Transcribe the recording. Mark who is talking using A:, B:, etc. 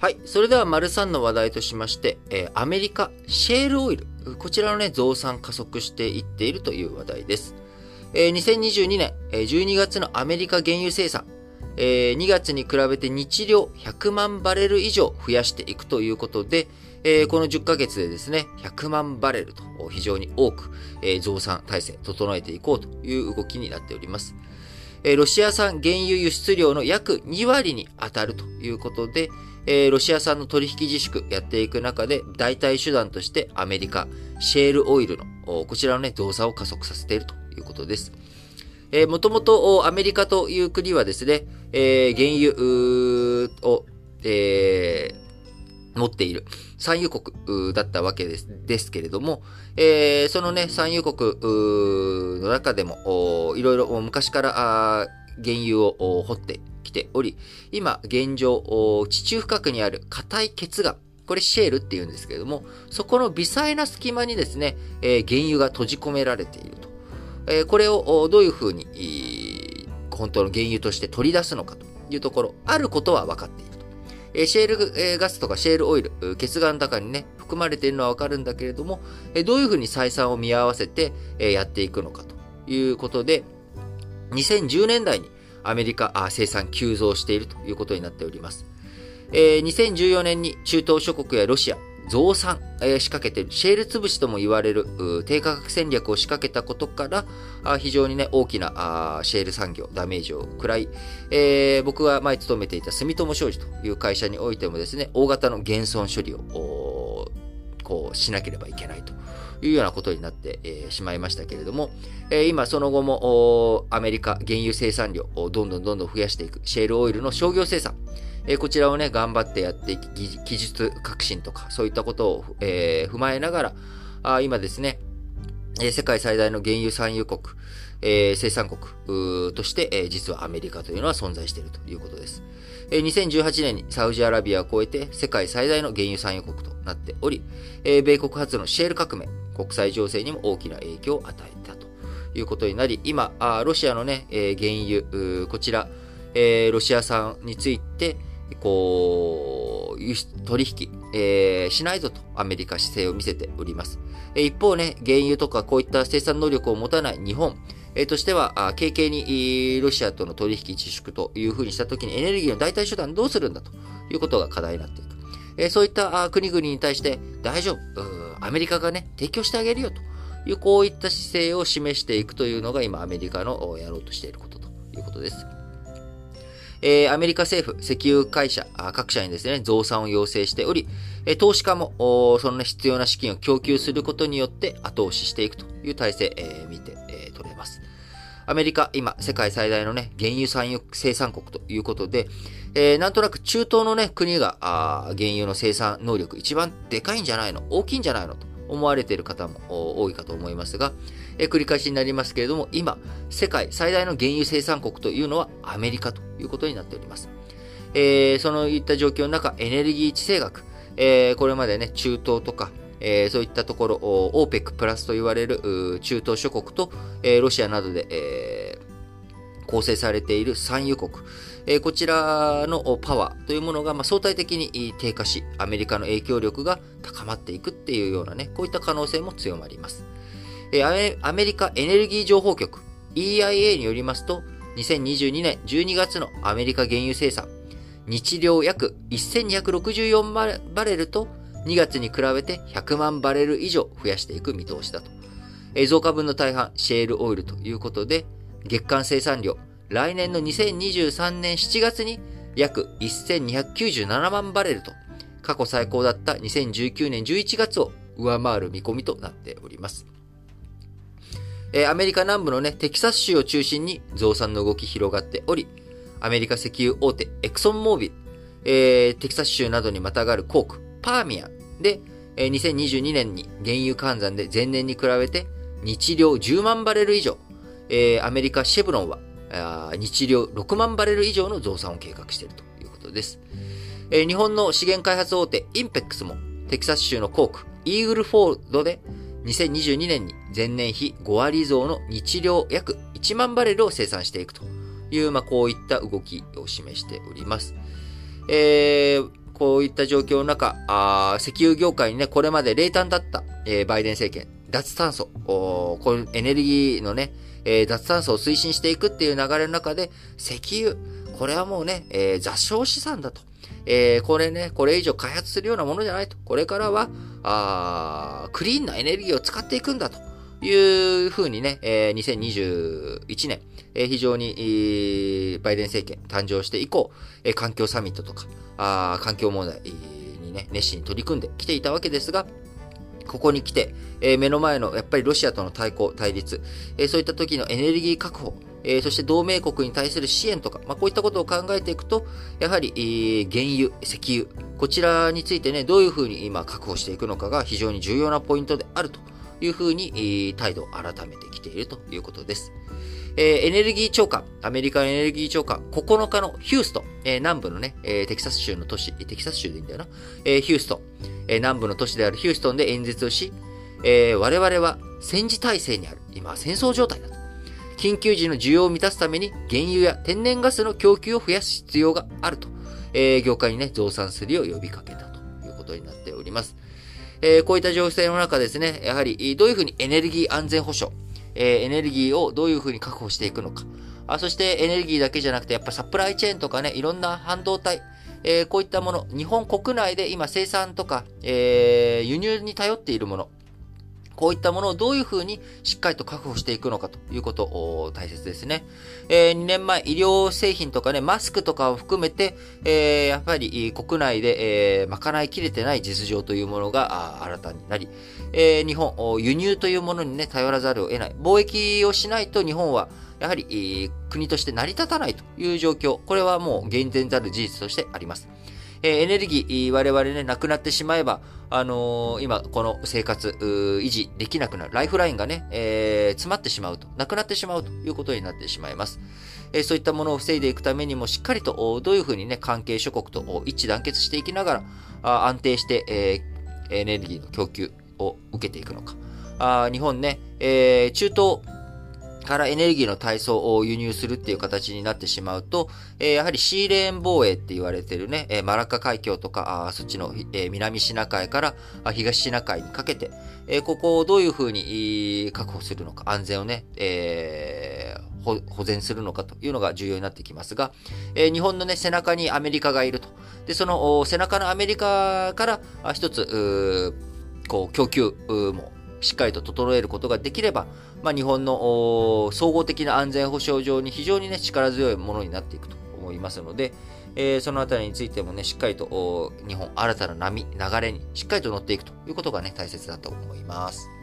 A: はい。それでは、丸3の話題としまして、アメリカ、シェールオイル。こちらのね、増産加速していっているという話題です。2022年、12月のアメリカ原油生産、2月に比べて日量100万バレル以上増やしていくということで、この10ヶ月でですね、100万バレルと非常に多く、増産体制整えていこうという動きになっております。ロシア産原油輸出量の約2割に当たるということで、ロシア産の取引自粛やっていく中で代替手段としてアメリカ、シェールオイルのこちらのね、増産を加速させているということです。もともとアメリカという国はですね、原油を、持っている産油国だったわけですけれども、そのね、産油国の中でもいろいろ昔から原油を掘ってきており、今現状地中深くにある硬い結岩、これシェールっていうんですけれども、そこの微細な隙間にですね、原油が閉じ込められていると。これをどういうふうに本当の原油として取り出すのかというところ、あることは分かっていると。シェールガスとかシェールオイル、結岩の中にね、含まれているのは分かるんだけれども、どういうふうに採算を見合わせてやっていくのかということで、2010年代にアメリカ生産急増しているということになっております。2014年に中東諸国やロシア、増産、仕掛けている、シェール潰しとも言われる低価格戦略を仕掛けたことから、非常にね、大きなシェール産業、ダメージを食らい、僕が前勤めていた住友商事という会社においてもですね、大型の減損処理をこうしなければいけないというようなことになって、しまいましたけれども、今その後もアメリカ原油生産量をどんどん増やしていく、シェールオイルの商業生産、こちらをね、頑張ってやっていき、技術革新とか、そういったことを、踏まえながら、今ですね、世界最大の原油産油国、生産国として、実はアメリカというのは存在しているということです。2018年にサウジアラビアを超えて世界最大の原油産油国となっており、米国発のシェール革命、国際情勢にも大きな影響を与えたということになり、今、ロシアのね、原油、こちら、ロシア産について、こう、輸出取引、しないぞとアメリカ姿勢を見せております。一方ね、原油とかこういった生産能力を持たない日本、としては、軽々にロシアとの取引自粛というふうにしたときにエネルギーの代替手段どうするんだということが課題になっていく。そういった国々に対して大丈夫、アメリカがね、提供してあげるよという、こういった姿勢を示していくというのが今アメリカのやろうとしていることということです。アメリカ政府、石油会社、各社にですね、増産を要請しており、投資家も、その必要な資金を供給することによって後押ししていくという体制、見て、取れます。アメリカ、今、世界最大のね、原油産油生産国ということで、なんとなく中東のね、国が、原油の生産能力一番でかいんじゃないの、大きいんじゃないのと思われている方も多いかと思いますが、繰り返しになりますけれども、今、世界最大の原油生産国というのはアメリカということになっております。そういった状況の中、エネルギー地政学、これまでね、中東とか、そういったところ、OPEC プラスと言われる中東諸国と、ロシアなどで、構成されている産油国、こちらのパワーというものが相対的に低下し、アメリカの影響力が高まっていくっていうようなね、こういった可能性も強まります。アメリカエネルギー情報局 EIA によりますと、2022年12月のアメリカ原油生産、日量約1264バレルと2月に比べて100万バレル以上増やしていく見通しだと。増加分の大半、シェールオイルということで、月間生産量、来年の2023年7月に約1297万バレルと、過去最高だった2019年11月を上回る見込みとなっております。アメリカ南部のね、テキサス州を中心に増産の動き広がっており、アメリカ石油大手エクソンモービル、テキサス州などにまたがるコーク、パーミアンで、2022年に原油換算で前年に比べて日量10万バレル以上、アメリカシェブロンは日量6万バレル以上の増産を計画しているということです。日本の資源開発大手インペックスもテキサス州のコーク、イーグルフォードで2022年に前年比5割増の日量約1万バレルを生産していくという、こういった動きを示しております。 こういった状況の中、石油業界にね、これまで冷淡だった、バイデン政権、脱炭素、こういうエネルギーのね、脱炭素を推進していくっていう流れの中で、石油、これはもうね、座礁資産だと。これ以上開発するようなものじゃないと。これからは、クリーンなエネルギーを使っていくんだというふうにね、2021年、非常に、バイデン政権誕生して以降、環境サミットとか、環境問題にね、熱心に取り組んできていたわけですが、ここに来て、目の前のやっぱりロシアとの対立、そういった時のエネルギー確保、そして同盟国に対する支援とか、こういったことを考えていくと、やはり、原油、石油、こちらについてね、どういうふうに今確保していくのかが非常に重要なポイントであるというふうに、態度を改めてきているということです。エネルギー長官、アメリカエネルギー長官、9日のヒューストン、南部のね、テキサス州の都市、テキサス州でいいんだよな、ヒューストン、南部の都市であるヒューストンで演説をし、我々は戦時体制にある。今は戦争状態だと。緊急時の需要を満たすために原油や天然ガスの供給を増やす必要があると、業界にね、増産するよう呼びかけたということになっております。こういった情勢の中ですね、やはりどういうふうにエネルギー安全保障、エネルギーをどういうふうに確保していくのか。そしてエネルギーだけじゃなくて、やっぱサプライチェーンとかね、いろんな半導体、こういったもの、日本国内で今生産とか、輸入に頼っているもの、こういったものをどういうふうにしっかりと確保していくのかということを大切ですね。2年前、医療製品とかね、マスクとかを含めて、やっぱり国内で、賄いきれてない実情というものが新たになり、日本、輸入というものにね、頼らざるを得ない。貿易をしないと日本は、やはり、国として成り立たないという状況。これはもう厳然たる事実としてあります。エネルギー、我々ね、なくなってしまえば、今、この生活、維持できなくなる。ライフラインがね、詰まってしまうと、なくなってしまうということになってしまいます。そういったものを防いでいくためにも、しっかりと、どういうふうにね、関係諸国と一致団結していきながら、安定して、エネルギーの供給を受けていくのか。日本ね、中東、からエネルギーの体操を輸入するっていう形になってしまうと、やはりシーレーン防衛って言われているね、マラッカ海峡とか、そっちの、南シナ海から東シナ海にかけて、ここをどういうふうに確保するのか、安全をね、保全するのかというのが重要になってきますが、日本のね、背中にアメリカがいると。で、その背中のアメリカから一つ、こう、供給もしっかりと整えることができれば、日本の総合的な安全保障上に非常にね、力強いものになっていくと思いますので、そのあたりについてもね、しっかりと日本新たな流れにしっかりと乗っていくということがね、大切だと思います。